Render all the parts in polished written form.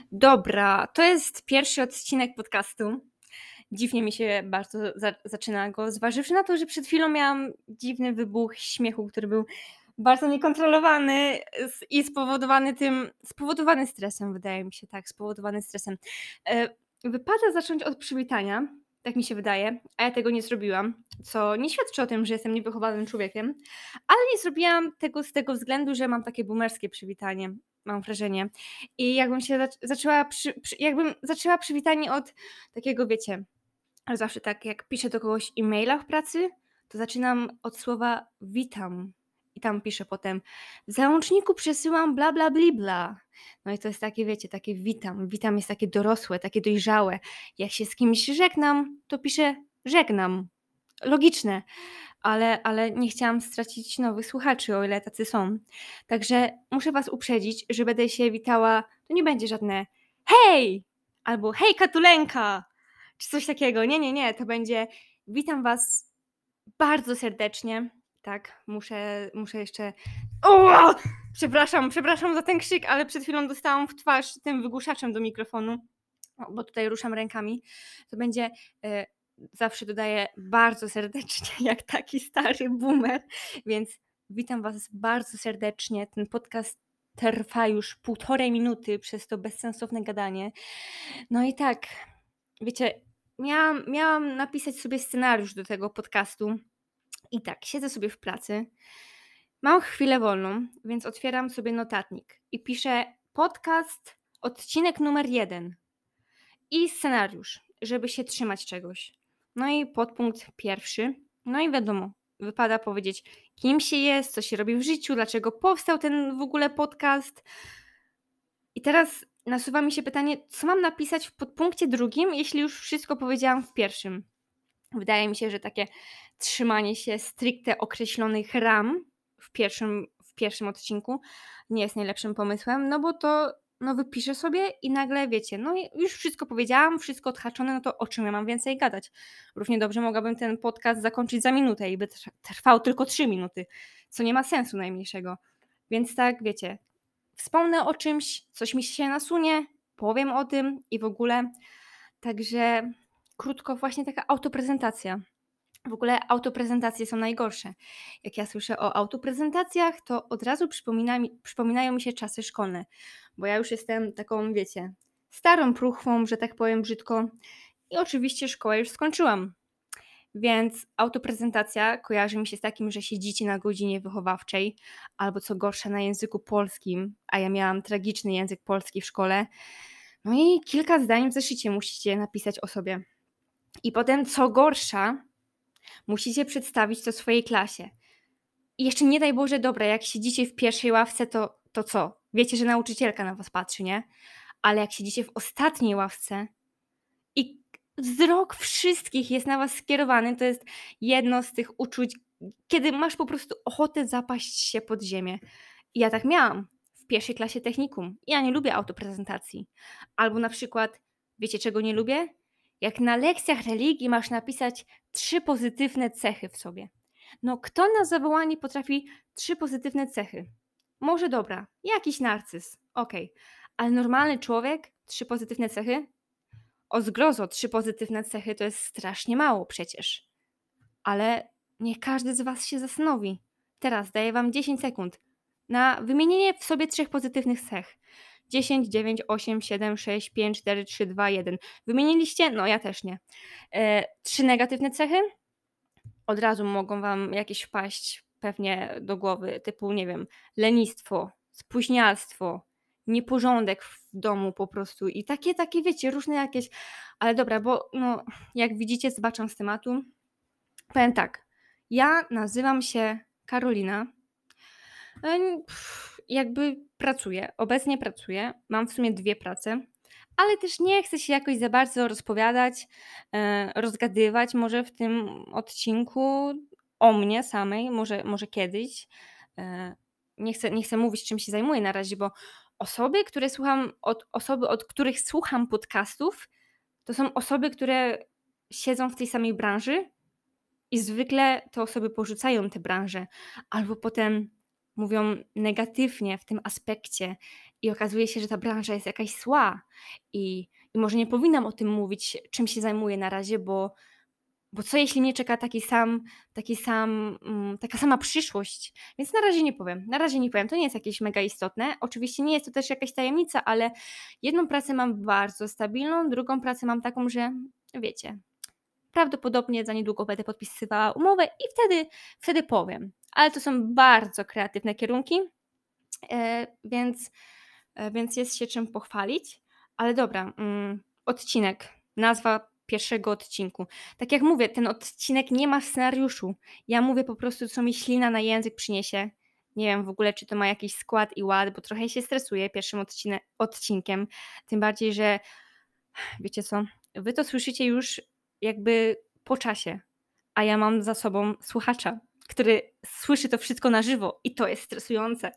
Dobra, to jest pierwszy odcinek podcastu. Dziwnie mi się bardzo zaczyna go, zważywszy na to, że przed chwilą miałam dziwny wybuch śmiechu, który był bardzo niekontrolowany i spowodowany stresem, wydaje mi się, tak, spowodowany stresem. Wypada zacząć od przywitania, tak mi się wydaje, a ja tego nie zrobiłam, co nie świadczy o tym, że jestem niewychowanym człowiekiem, ale nie zrobiłam tego z tego względu, że mam takie boomerskie przywitanie, mam wrażenie. I jakbym się jakbym zaczęła przywitanie od takiego, wiecie, zawsze tak jak piszę do kogoś e-maila w pracy, to zaczynam od słowa witam. I tam piszę potem w załączniku przesyłam bla bla bli bla. No i to jest takie, wiecie, takie witam. Witam jest takie dorosłe, takie dojrzałe. Jak się z kimś żegnam, to piszę żegnam. Logiczne, ale nie chciałam stracić nowych słuchaczy, o ile tacy są. Także muszę was uprzedzić, że będę się witała, to nie będzie żadne hej! Albo hej Katulenka! Czy coś takiego. Nie, to będzie witam was bardzo serdecznie. Tak, muszę jeszcze... O! Przepraszam za ten krzyk, ale przed chwilą dostałam w twarz tym wygłuszaczem do mikrofonu, bo tutaj ruszam rękami. To będzie... zawsze dodaję bardzo serdecznie, jak taki stary boomer, więc witam was bardzo serdecznie. Ten podcast trwa już 1,5 minuty przez to bezsensowne gadanie. No i tak, wiecie, miałam napisać sobie scenariusz do tego podcastu i tak, siedzę sobie w pracy, mam chwilę wolną, więc otwieram sobie notatnik i piszę podcast, odcinek numer 1 i scenariusz, żeby się trzymać czegoś. No i podpunkt pierwszy. No i wiadomo, wypada powiedzieć, kim się jest, co się robi w życiu, dlaczego powstał ten w ogóle podcast. I teraz nasuwa mi się pytanie, co mam napisać w podpunkcie drugim, jeśli już wszystko powiedziałam w pierwszym. Wydaje mi się, że takie trzymanie się stricte określonych ram w pierwszym odcinku nie jest najlepszym pomysłem, no bo to wypiszę sobie i nagle wiecie, no i już wszystko powiedziałam, wszystko odhaczone, no to o czym ja mam więcej gadać? Równie dobrze mogłabym ten podcast zakończyć za minutę i by trwał tylko 3 minuty, co nie ma sensu najmniejszego. Więc tak, wiecie, wspomnę o czymś, coś mi się nasunie, powiem o tym i w ogóle. Także krótko, właśnie taka autoprezentacja. W ogóle autoprezentacje są najgorsze. Jak ja słyszę o autoprezentacjach, to od razu przypominają mi się czasy szkolne, bo ja już jestem taką, wiecie, starą pruchwą, że tak powiem brzydko, i oczywiście szkołę już skończyłam. Więc autoprezentacja kojarzy mi się z takim, że siedzicie na godzinie wychowawczej, albo co gorsza na języku polskim, a ja miałam tragiczny język polski w szkole, no i kilka zdań w zeszycie musicie napisać o sobie. I potem, co gorsza, musicie przedstawić to swojej klasie. I jeszcze nie daj Boże, dobra, jak siedzicie w pierwszej ławce, to co? Wiecie, że nauczycielka na was patrzy, nie? Ale jak siedzicie w ostatniej ławce i wzrok wszystkich jest na was skierowany, to jest jedno z tych uczuć, kiedy masz po prostu ochotę zapaść się pod ziemię. I ja tak miałam w pierwszej klasie technikum. Ja nie lubię autoprezentacji. Albo na przykład, wiecie czego nie lubię? Jak na lekcjach religii masz napisać 3 pozytywne cechy w sobie. No kto na zawołanie potrafi 3 pozytywne cechy? Może dobra, jakiś narcyz, okej. Ale normalny człowiek 3 pozytywne cechy? O zgrozo, 3 pozytywne cechy to jest strasznie mało przecież. Ale niech każdy z was się zastanowi. Teraz daję wam 10 sekund na wymienienie w sobie 3 pozytywnych cech. 10, 9, 8, 7, 6, 5, 4, 3, 2, 1. Wymieniliście? No ja też nie. 3 negatywne cechy? Od razu mogą wam jakieś wpaść pewnie do głowy, typu, nie wiem, lenistwo, spóźnialstwo, nieporządek w domu po prostu i takie wiecie, różne jakieś, ale dobra, bo no, jak widzicie, zbaczam z tematu. Powiem tak, ja nazywam się Karolina, jakby obecnie pracuję, mam w sumie 2 prace, ale też nie chcę się jakoś za bardzo rozpowiadać, rozgadywać może w tym odcinku o mnie samej, może kiedyś. Nie chcę mówić, czym się zajmuję na razie, bo osoby, od których słucham podcastów, to są osoby, które siedzą w tej samej branży i zwykle te osoby porzucają tę branżę albo potem mówią negatywnie w tym aspekcie, i okazuje się, że ta branża jest jakaś zła i może nie powinnam o tym mówić, czym się zajmuję na razie, bo co jeśli mnie czeka taka sama przyszłość? Więc na razie nie powiem, to nie jest jakieś mega istotne. Oczywiście nie jest to też jakaś tajemnica, ale jedną pracę mam bardzo stabilną, drugą pracę mam taką, że wiecie, prawdopodobnie za niedługo będę podpisywała umowę i wtedy powiem. Ale to są bardzo kreatywne kierunki, więc jest się czym pochwalić. Ale dobra, odcinek, nazwa pierwszego odcinku. Tak jak mówię, ten odcinek nie ma w scenariuszu. Ja mówię po prostu, co mi ślina na język przyniesie. Nie wiem w ogóle, czy to ma jakiś skład i ład, bo trochę się stresuję pierwszym odcinkiem. Tym bardziej, że wiecie co, wy to słyszycie już jakby po czasie, a ja mam za sobą słuchacza, który słyszy to wszystko na żywo i to jest stresujące.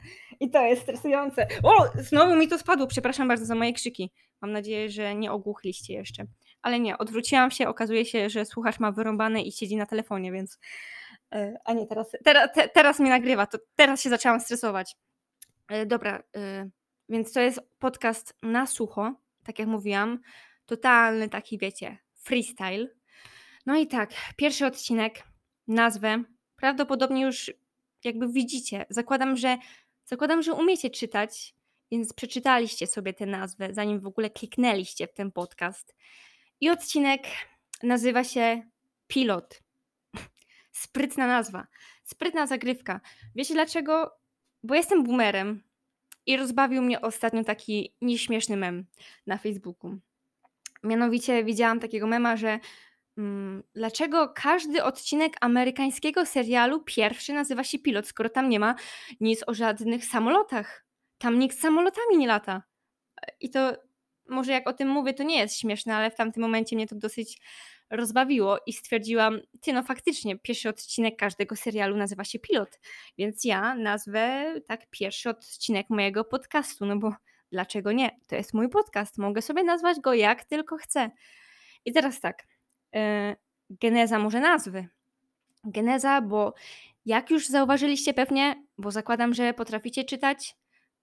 O, znowu mi to spadło, przepraszam bardzo za moje krzyki. Mam nadzieję, że nie ogłuchliście jeszcze. Ale nie, odwróciłam się, okazuje się, że słuchacz ma wyrąbane i siedzi na telefonie, więc... A nie, teraz mnie nagrywa, to teraz się zaczęłam stresować. Dobra, więc to jest podcast na sucho, tak jak mówiłam. Totalny taki, wiecie, freestyle. No i tak, pierwszy odcinek, nazwę, prawdopodobnie już jakby widzicie. Zakładam, że umiecie czytać, więc przeczytaliście sobie tę nazwę, zanim w ogóle kliknęliście w ten podcast. I odcinek nazywa się Pilot. Sprytna nazwa, sprytna zagrywka. Wiecie dlaczego? Bo jestem boomerem i rozbawił mnie ostatnio taki nieśmieszny mem na Facebooku. Mianowicie widziałam takiego mema, że dlaczego każdy odcinek amerykańskiego serialu pierwszy nazywa się Pilot, skoro tam nie ma nic o żadnych samolotach. Tam nikt samolotami nie lata. I to może jak o tym mówię, to nie jest śmieszne, ale w tamtym momencie mnie to dosyć rozbawiło i stwierdziłam, no faktycznie, pierwszy odcinek każdego serialu nazywa się Pilot, więc ja nazwę tak pierwszy odcinek mojego podcastu, no bo dlaczego nie? To jest mój podcast, mogę sobie nazwać go jak tylko chcę. I teraz tak, geneza może nazwy. Geneza, bo jak już zauważyliście pewnie, bo zakładam, że potraficie czytać,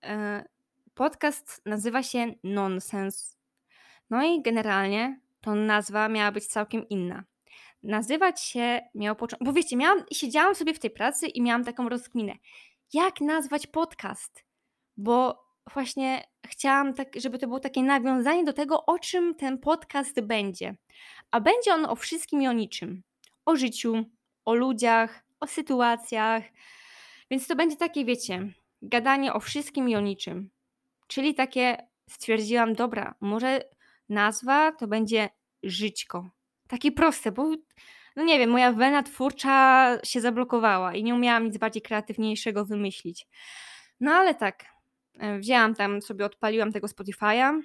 podcast nazywa się Nonsens. No i generalnie to nazwa miała być całkiem inna. Nazywać się miał początek, bo wiecie, siedziałam sobie w tej pracy i miałam taką rozkminę. Jak nazwać podcast? Bo właśnie chciałam tak, żeby to było takie nawiązanie do tego, o czym ten podcast będzie. A będzie on o wszystkim i o niczym. O życiu, o ludziach, o sytuacjach. Więc to będzie takie, wiecie, gadanie o wszystkim i o niczym. Czyli takie stwierdziłam, dobra, może nazwa to będzie Żyćko. Takie proste, bo no nie wiem, moja wena twórcza się zablokowała i nie umiałam nic bardziej kreatywniejszego wymyślić. No ale tak, wzięłam tam sobie, odpaliłam tego Spotify'a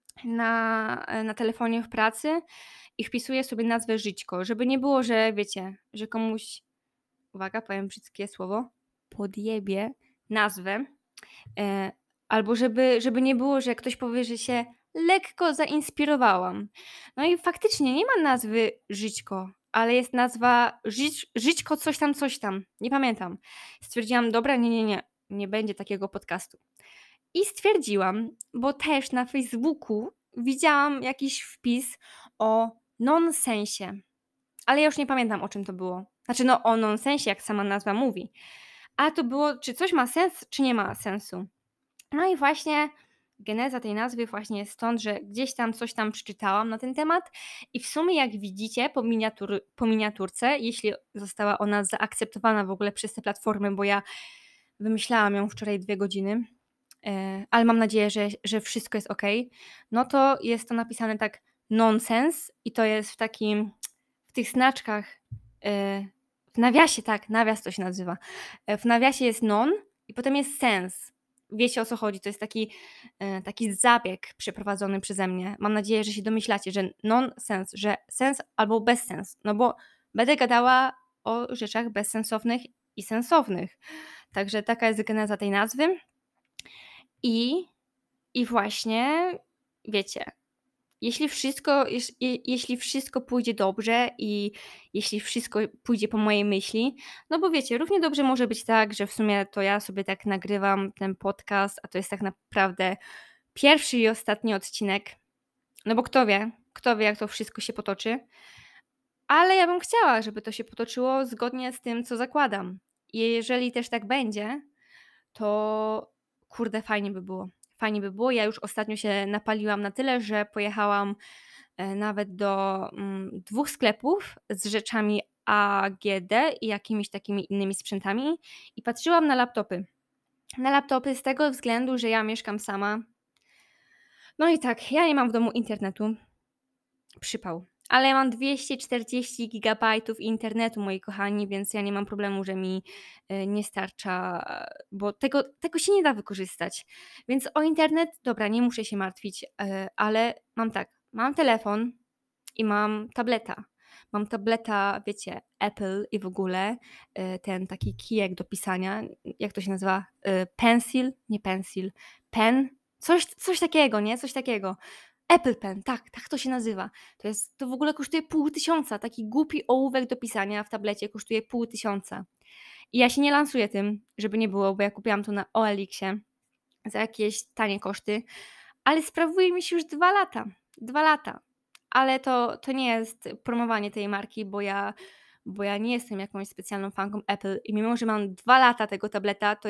na telefonie w pracy i wpisuję sobie nazwę Żyćko, żeby nie było, że wiecie, że komuś, uwaga, powiem brzydkie słowo, podjebie nazwę, albo żeby nie było, że ktoś powie, że się lekko zainspirowałam. No i faktycznie nie ma nazwy Żyćko, ale jest nazwa Żyćko coś tam, nie pamiętam. Stwierdziłam, dobra, nie będzie takiego podcastu. I stwierdziłam, bo też na Facebooku widziałam jakiś wpis o nonsensie, ale ja już nie pamiętam, o czym to było. Znaczy, no o nonsensie, jak sama nazwa mówi. A to było, czy coś ma sens, czy nie ma sensu. No i właśnie geneza tej nazwy właśnie jest stąd, że gdzieś tam coś tam przeczytałam na ten temat i w sumie jak widzicie po miniaturce, jeśli została ona zaakceptowana w ogóle przez te platformy, bo ja wymyślałam ją wczoraj 2 godziny, ale mam nadzieję, że wszystko jest ok, no to jest to napisane tak nonsens i to jest w tych znaczkach, w nawiasie, tak, nawias to się nazywa, w nawiasie jest non i potem jest sens. Wiecie o co chodzi, to jest taki zabieg przeprowadzony przeze mnie. Mam nadzieję, że się domyślacie, że non-sens, że sens albo bezsens, no bo będę gadała o rzeczach bezsensownych i sensownych. Także taka jest geneza tej nazwy. I właśnie, wiecie, jeśli wszystko pójdzie dobrze i jeśli wszystko pójdzie po mojej myśli, no bo wiecie, równie dobrze może być tak, że w sumie to ja sobie tak nagrywam ten podcast, a to jest tak naprawdę pierwszy i ostatni odcinek, no bo kto wie jak to wszystko się potoczy, ale ja bym chciała, żeby to się potoczyło zgodnie z tym, co zakładam. I jeżeli też tak będzie, to kurde, fajnie by było. Fajnie by było. Ja już ostatnio się napaliłam na tyle, że pojechałam nawet do 2 sklepów z rzeczami AGD i jakimiś takimi innymi sprzętami i patrzyłam na laptopy. Na laptopy z tego względu, że ja mieszkam sama. No i tak, ja nie mam w domu internetu. Przypał. Ale ja mam 240 gigabajtów internetu, moi kochani, więc ja nie mam problemu, że mi nie starcza, bo tego się nie da wykorzystać. Więc o internet, dobra, nie muszę się martwić, ale mam tak, mam telefon i mam tableta. Mam tableta, wiecie, Apple i w ogóle ten taki kijek do pisania, jak to się nazywa? Pencil? Nie pencil. Pen? Coś takiego, nie? Coś takiego. Apple Pen, tak to się nazywa. To w ogóle kosztuje 500. Taki głupi ołówek do pisania w tablecie kosztuje 500. I ja się nie lansuję tym, żeby nie było, bo ja kupiłam to na OLX-ie za jakieś tanie koszty, ale sprawuje mi się już 2 lata. 2 lata. Ale to nie jest promowanie tej marki, bo ja nie jestem jakąś specjalną fanką Apple i mimo, że mam 2 lata tego tableta, to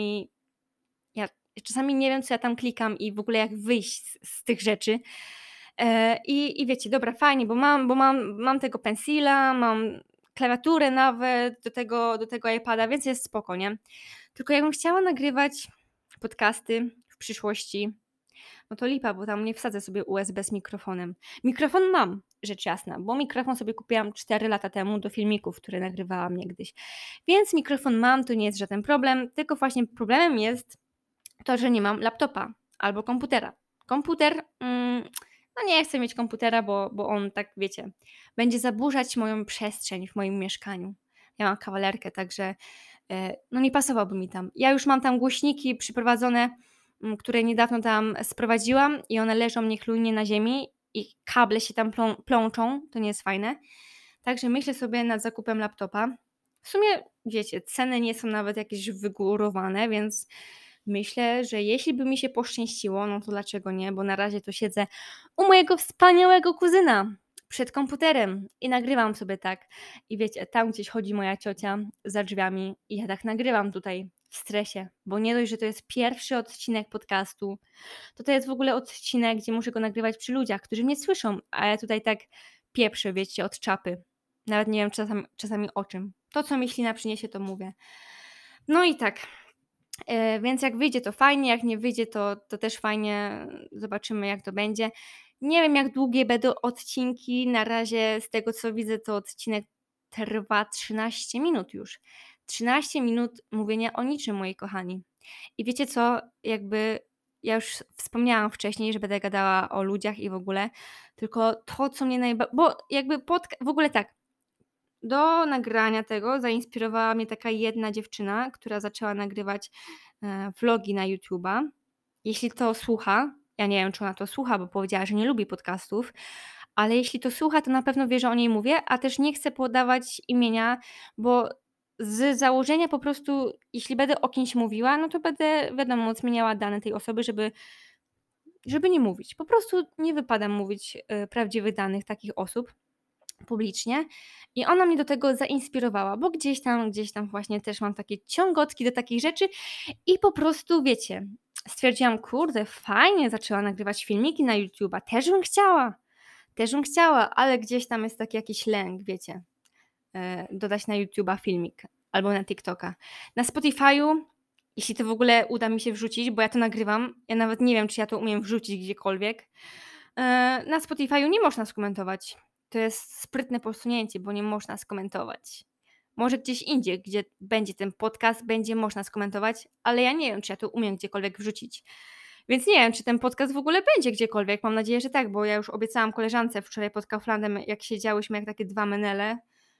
ja czasami nie wiem, co ja tam klikam i w ogóle jak wyjść z tych rzeczy. I wiecie, dobra, fajnie, bo mam tego pensila, mam klawiaturę nawet do tego iPada, więc jest spoko, nie? Tylko jakbym chciała nagrywać podcasty w przyszłości, no to lipa, bo tam nie wsadzę sobie USB z mikrofonem. Mikrofon mam, rzecz jasna, bo mikrofon sobie kupiłam 4 lata temu do filmików, które nagrywałam niegdyś. Więc mikrofon mam, to nie jest żaden problem, tylko właśnie problemem jest to, że nie mam laptopa albo komputera. Komputer, no nie chcę mieć komputera, bo on tak, wiecie, będzie zaburzać moją przestrzeń w moim mieszkaniu. Ja mam kawalerkę, także no nie pasowałby mi tam. Ja już mam tam głośniki przyprowadzone, które niedawno tam sprowadziłam i one leżą niechlujnie na ziemi i kable się tam plączą, to nie jest fajne. Także myślę sobie nad zakupem laptopa. W sumie, wiecie, ceny nie są nawet jakieś wygórowane, więc myślę, że jeśli by mi się poszczęściło, no to dlaczego nie, bo na razie to siedzę u mojego wspaniałego kuzyna przed komputerem i nagrywam sobie tak. I wiecie, tam gdzieś chodzi moja ciocia za drzwiami i ja tak nagrywam tutaj w stresie, bo nie dość, że to jest pierwszy odcinek podcastu, to jest w ogóle odcinek, gdzie muszę go nagrywać przy ludziach, którzy mnie słyszą, a ja tutaj tak pieprzę, wiecie, od czapy. Nawet nie wiem czasami o czym. To, co mi ślina przyniesie, to mówię. No i tak, więc jak wyjdzie, to fajnie, jak nie wyjdzie, to też fajnie. Zobaczymy, jak to będzie. Nie wiem, jak długie będą odcinki. Na razie, z tego co widzę, to odcinek trwa 13 minut już. 13 minut mówienia o niczym, moi kochani. I wiecie co? Jakby ja już wspomniałam wcześniej, że będę gadała o ludziach i w ogóle, tylko to, co mnie najbardziej. Bo jakby w ogóle tak. Do nagrania tego zainspirowała mnie taka jedna dziewczyna, która zaczęła nagrywać vlogi na YouTube'a. Jeśli to słucha, ja nie wiem, czy ona to słucha, bo powiedziała, że nie lubi podcastów, ale jeśli to słucha, to na pewno wie, że o niej mówię, a też nie chcę podawać imienia, bo z założenia po prostu, jeśli będę o kimś mówiła, no to będę, wiadomo, zmieniała dane tej osoby, żeby nie mówić. Po prostu nie wypada mówić prawdziwych danych takich osób publicznie i ona mnie do tego zainspirowała, bo gdzieś tam właśnie też mam takie ciągotki do takich rzeczy i po prostu, wiecie, stwierdziłam, kurde, fajnie, zaczęła nagrywać filmiki na YouTube'a, też bym chciała, ale gdzieś tam jest taki jakiś lęk, wiecie, dodać na YouTube'a filmik albo na TikToka. Na Spotify'u, jeśli to w ogóle uda mi się wrzucić, bo ja to nagrywam, ja nawet nie wiem, czy ja to umiem wrzucić gdziekolwiek, na Spotify'u nie można skomentować. To jest sprytne posunięcie, bo nie można skomentować. Może gdzieś indziej, gdzie będzie ten podcast, będzie można skomentować, ale ja nie wiem, czy ja to umiem gdziekolwiek wrzucić. Więc nie wiem, czy ten podcast w ogóle będzie gdziekolwiek. Mam nadzieję, że tak, bo ja już obiecałam koleżance wczoraj pod Kauflandem, jak siedziałyśmy jak takie dwa menele,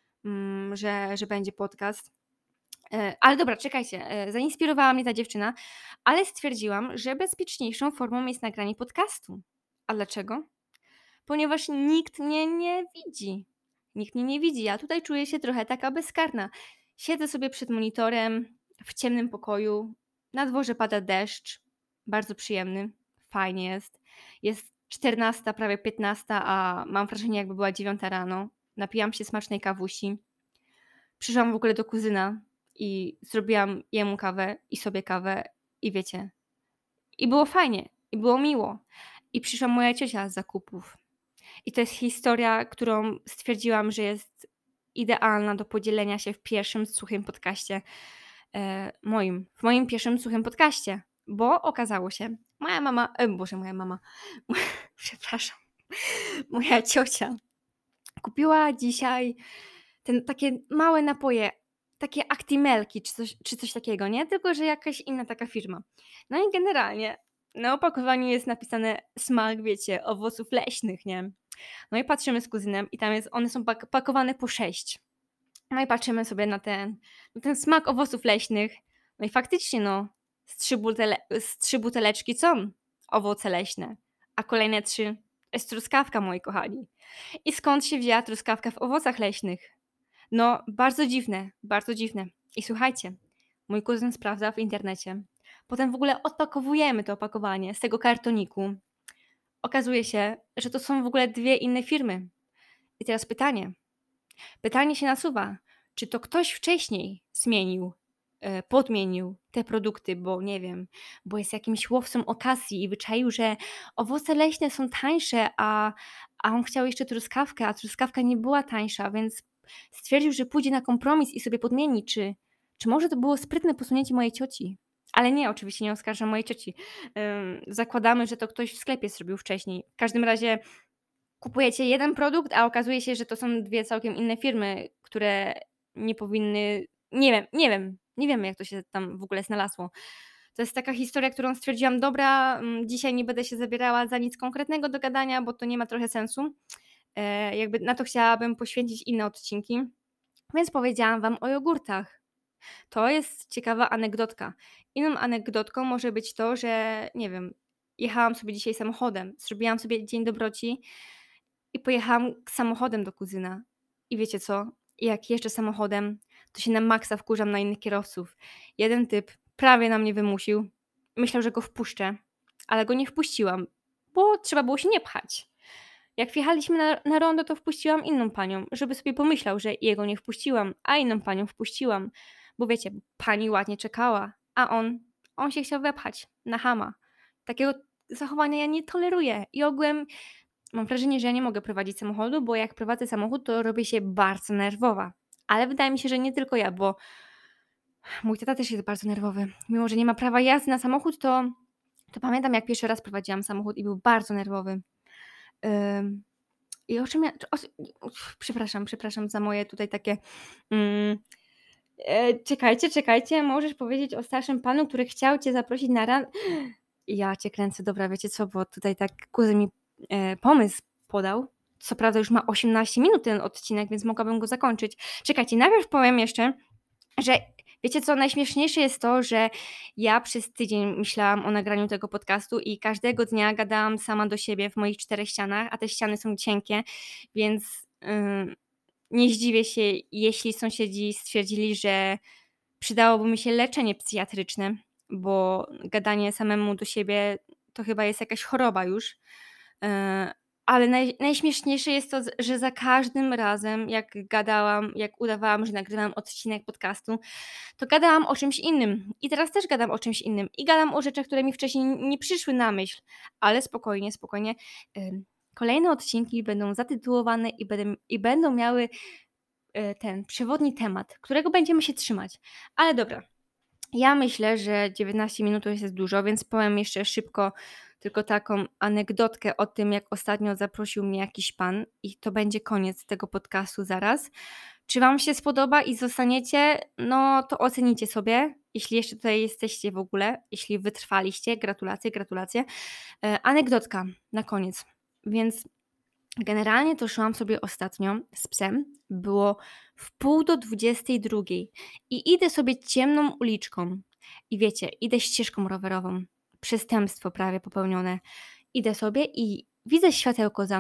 że będzie podcast. Ale dobra, czekajcie, zainspirowała mnie ta dziewczyna, ale stwierdziłam, że bezpieczniejszą formą jest nagranie podcastu. A dlaczego? ponieważ nikt mnie nie widzi. Nikt mnie nie widzi. Ja tutaj czuję się trochę taka bezkarna. Siedzę sobie przed monitorem w ciemnym pokoju. Na dworze pada deszcz. Bardzo przyjemny. Fajnie jest. Jest 14, prawie 15, a mam wrażenie, jakby była 9 rano. Napijam się smacznej kawusi. Przyszłam w ogóle do kuzyna i zrobiłam jemu kawę i sobie kawę i wiecie, i było fajnie, i było miło. I przyszła moja ciocia z zakupów. I to jest historia, którą stwierdziłam, że jest idealna do podzielenia się w pierwszym suchym podcaście w moim pierwszym suchym podcaście, bo okazało się, moja mama, przepraszam, moja ciocia kupiła dzisiaj takie małe napoje, takie Actimelki czy coś takiego, nie? Tylko że jakaś inna taka firma. No i generalnie na opakowaniu jest napisane smak, wiecie, owoców leśnych, nie? No i patrzymy z kuzynem i tam one są pakowane po 6. No i patrzymy sobie na ten smak owoców leśnych. No i faktycznie, no, z 3 buteleczki są owoce leśne, a kolejne 3 jest truskawka, moi kochani. I skąd się wzięła truskawka w owocach leśnych? No, bardzo dziwne, bardzo dziwne. I słuchajcie, mój kuzyn sprawdza w internecie. Potem w ogóle odpakowujemy to opakowanie z tego kartoniku. Okazuje się, że to są w ogóle 2 inne firmy. I teraz pytanie. Pytanie się nasuwa, czy to ktoś wcześniej podmienił te produkty, bo nie wiem, bo jest jakimś łowcą okazji i wyczaił, że owoce leśne są tańsze, a on chciał jeszcze truskawkę, a truskawka nie była tańsza, więc stwierdził, że pójdzie na kompromis i sobie podmieni. Czy może to było sprytne posunięcie mojej cioci? Ale nie, oczywiście nie oskarżam mojej cioci. Zakładamy, że to ktoś w sklepie zrobił wcześniej. W każdym razie kupujecie jeden produkt, a okazuje się, że to są 2 całkiem inne firmy, które nie powinny. Nie wiemy, jak to się tam w ogóle znalazło. To jest taka historia, którą stwierdziłam, dobra, dzisiaj nie będę się zabierała za nic konkretnego do gadania, bo to nie ma trochę sensu. Jakby na to chciałabym poświęcić inne odcinki, więc powiedziałam wam o jogurtach. To jest ciekawa anegdotka. Inną anegdotką może być to, że nie wiem, jechałam sobie dzisiaj samochodem, zrobiłam sobie dzień dobroci i pojechałam samochodem do kuzyna. I wiecie co? Jak jeżdżę samochodem, to się na maksa wkurzam na innych kierowców. Jeden typ prawie na mnie wymusił. Myślał, że go wpuszczę, ale go nie wpuściłam, bo trzeba było się nie pchać. Jak wjechaliśmy na rondo, to wpuściłam inną panią, żeby sobie pomyślał, że jego nie wpuściłam, a inną panią wpuściłam. Bo wiecie, pani ładnie czekała, a on się chciał wepchać na chama. Takiego zachowania ja nie toleruję i ogółem mam wrażenie, że ja nie mogę prowadzić samochodu, bo jak prowadzę samochód, to robię się bardzo nerwowa. Ale wydaje mi się, że nie tylko ja, bo mój tata też jest bardzo nerwowy. Mimo że nie ma prawa jazdy na samochód, to pamiętam, jak pierwszy raz prowadziłam samochód i był bardzo nerwowy. I o czym ja. Przepraszam za moje tutaj takie. Czekajcie, możesz powiedzieć o starszym panu, który chciał cię zaprosić na Ja cię kręcę, dobra, wiecie co, bo tutaj tak kuzyn mi pomysł podał. Co prawda już ma 18 minut ten odcinek, więc mogłabym go zakończyć. Czekajcie, najpierw powiem jeszcze, że wiecie co, najśmieszniejsze jest to, że ja przez tydzień myślałam o nagraniu tego podcastu i każdego dnia gadałam sama do siebie w moich 4 ścianach, a te ściany są cienkie, więc nie zdziwię się, jeśli sąsiedzi stwierdzili, że przydałoby mi się leczenie psychiatryczne, bo gadanie samemu do siebie to chyba jest jakaś choroba już. Ale najśmieszniejsze jest to, że za każdym razem, jak udawałam, że nagrywam odcinek podcastu, to gadałam o czymś innym. I teraz też gadam o czymś innym. I gadam o rzeczach, które mi wcześniej nie przyszły na myśl. Ale spokojnie, spokojnie. Kolejne odcinki będą zatytułowane i będą miały ten przewodni temat, którego będziemy się trzymać. Ale dobra. Ja myślę, że 19 minut to jest dużo, więc powiem jeszcze szybko tylko taką anegdotkę o tym, jak ostatnio zaprosił mnie jakiś pan i to będzie koniec tego podcastu zaraz. Czy wam się spodoba i zostaniecie? No to ocenicie sobie, jeśli jeszcze tutaj jesteście w ogóle, jeśli wytrwaliście, gratulacje. Anegdotka na koniec. Więc generalnie to szłam sobie ostatnio z psem, było 11:30 i idę sobie ciemną uliczką i wiecie, idę ścieżką rowerową, przestępstwo prawie popełnione. Idę sobie i widzę światełko za mną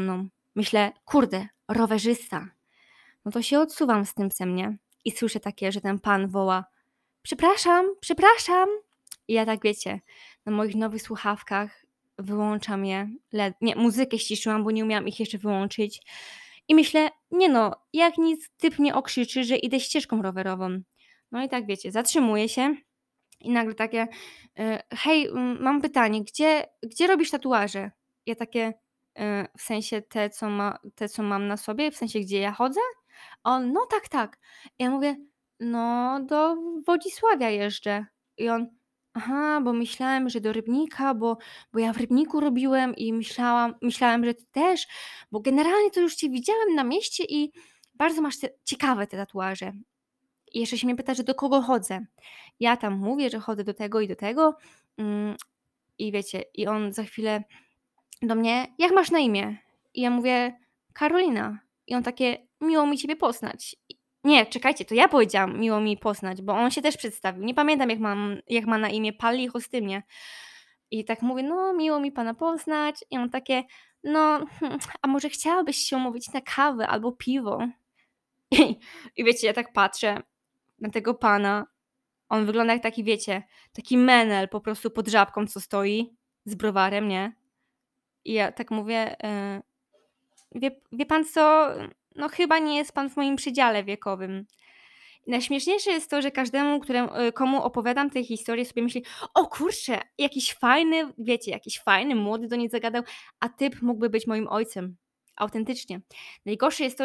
Myślę, kurde, rowerzysta. No to się odsuwam z tym psem, nie? I słyszę takie, że ten pan woła: przepraszam, przepraszam. I ja tak wiecie, na moich nowych słuchawkach wyłączam je, nie, muzykę ściszyłam, bo nie umiałam ich jeszcze wyłączyć. I myślę, nie no, jak nic, typ mnie okrzyczy, że idę ścieżką rowerową. No i tak wiecie, zatrzymuję się i nagle takie: hej, mam pytanie, gdzie robisz tatuaże? Ja takie: w sensie te, co mam na sobie, w sensie gdzie ja chodzę? A on: no tak, tak. Ja mówię: no do Wodzisławia jeżdżę. I on: aha, bo myślałem, że do Rybnika, bo ja w Rybniku robiłem i myślałem, że ty też, bo generalnie to już cię widziałem na mieście i bardzo masz ciekawe te tatuaże. I jeszcze się mnie pyta, że do kogo chodzę. Ja tam mówię, że chodzę do tego i do tego. mm, I wiecie, i on za chwilę do mnie: jak masz na imię? I ja mówię: Karolina. I on takie: miło mi ciebie poznać. Nie, czekajcie, to ja powiedziałam: miło mi poznać, bo on się też przedstawił. Nie pamiętam jak ma na imię, Pali Hostymnie. I tak mówię: no miło mi pana poznać. I on takie: no, a może chciałabyś się umówić na kawę albo piwo? I wiecie, ja tak patrzę na tego pana. On wygląda jak taki, wiecie, taki menel po prostu pod żabką, co stoi z browarem, nie? I ja tak mówię: wie pan co, no chyba nie jest pan w moim przedziale wiekowym. I najśmieszniejsze jest to, że każdemu, komu opowiadam tę historię, sobie myśli: o kurczę, jakiś fajny, wiecie, jakiś fajny, młody do niej zagadał, a typ mógłby być moim ojcem. Autentycznie. Najgorsze jest to,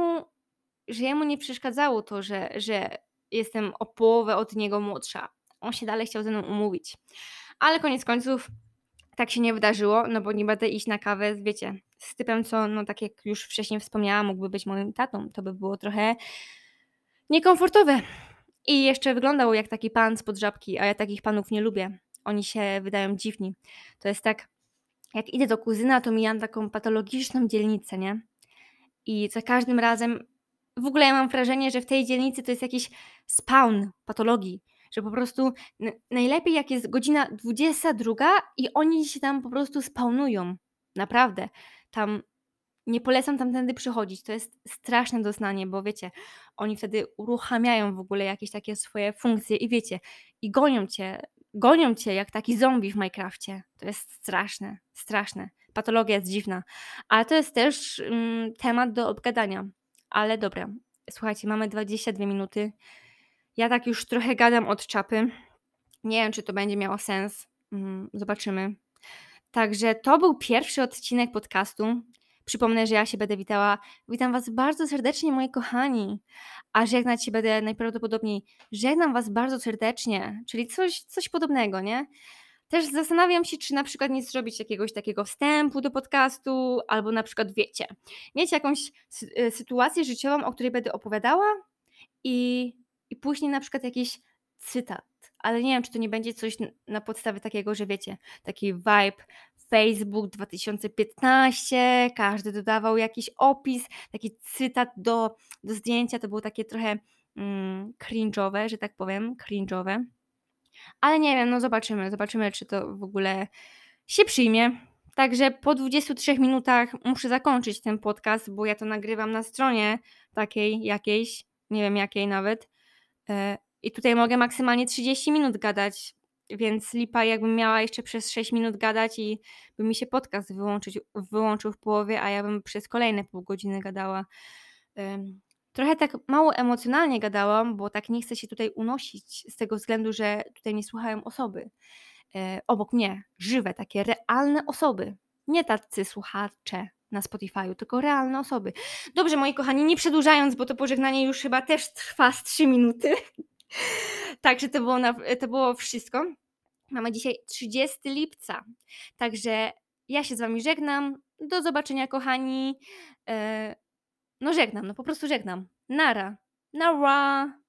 że jemu nie przeszkadzało to, że jestem o połowę od niego młodsza. On się dalej chciał ze mną umówić. Ale koniec końców tak się nie wydarzyło, no bo nie będę iść na kawę, wiecie, z typem, co, no tak jak już wcześniej wspomniałam, mógłby być moim tatą. To by było trochę niekomfortowe. I jeszcze wyglądał jak taki pan spod żabki, a ja takich panów nie lubię. Oni się wydają dziwni. To jest tak, jak idę do kuzyna, to mijam taką patologiczną dzielnicę, nie? I za każdym razem w ogóle ja mam wrażenie, że w tej dzielnicy to jest jakiś spawn patologii, że po prostu najlepiej jak jest godzina 22 i oni się tam po prostu spawnują. Naprawdę. Tam nie polecam tamtędy przychodzić. To jest straszne doznanie, bo wiecie, oni wtedy uruchamiają w ogóle jakieś takie swoje funkcje i wiecie, i gonią cię jak taki zombie w Minecrafcie. To jest straszne, straszne. Patologia jest dziwna. Ale to jest też temat do obgadania. Ale dobra, słuchajcie, mamy 22 minuty. Ja tak już trochę gadam od czapy. Nie wiem, czy to będzie miało sens. Zobaczymy. Także to był pierwszy odcinek podcastu. Przypomnę, że ja się będę witała. Witam was bardzo serdecznie, moi kochani. A żegnać się będę najprawdopodobniej. Żegnam was bardzo serdecznie, czyli coś podobnego, nie? Też zastanawiam się, czy na przykład nie zrobić jakiegoś takiego wstępu do podcastu, albo na przykład wiecie, mieć jakąś sytuację życiową, o której będę opowiadała i, i później na przykład jakiś cytat. Ale nie wiem, czy to nie będzie coś na podstawie takiego, że wiecie, taki vibe Facebook 2015, każdy dodawał jakiś opis, taki cytat do zdjęcia, to było takie trochę cringe'owe, że tak powiem, cringe'owe. Ale nie wiem, no zobaczymy, czy to w ogóle się przyjmie. Także po 23 minutach muszę zakończyć ten podcast, bo ja to nagrywam na stronie takiej jakiejś, nie wiem jakiej nawet. I tutaj mogę maksymalnie 30 minut gadać, więc lipa jakbym miała jeszcze przez 6 minut gadać i by mi się podcast wyłączył w połowie, a ja bym przez kolejne pół godziny gadała. Trochę tak mało emocjonalnie gadałam, bo tak nie chcę się tutaj unosić z tego względu, że tutaj mnie słuchają osoby obok mnie, żywe, takie realne osoby. Nie tacy słuchacze na Spotify'u, tylko realne osoby. Dobrze, moi kochani, nie przedłużając, bo to pożegnanie już chyba też trwa z 3 minuty. Także to było wszystko. Mamy dzisiaj 30 lipca. Także ja się z wami żegnam. Do zobaczenia, kochani. No żegnam, no po prostu żegnam. Nara. Nara.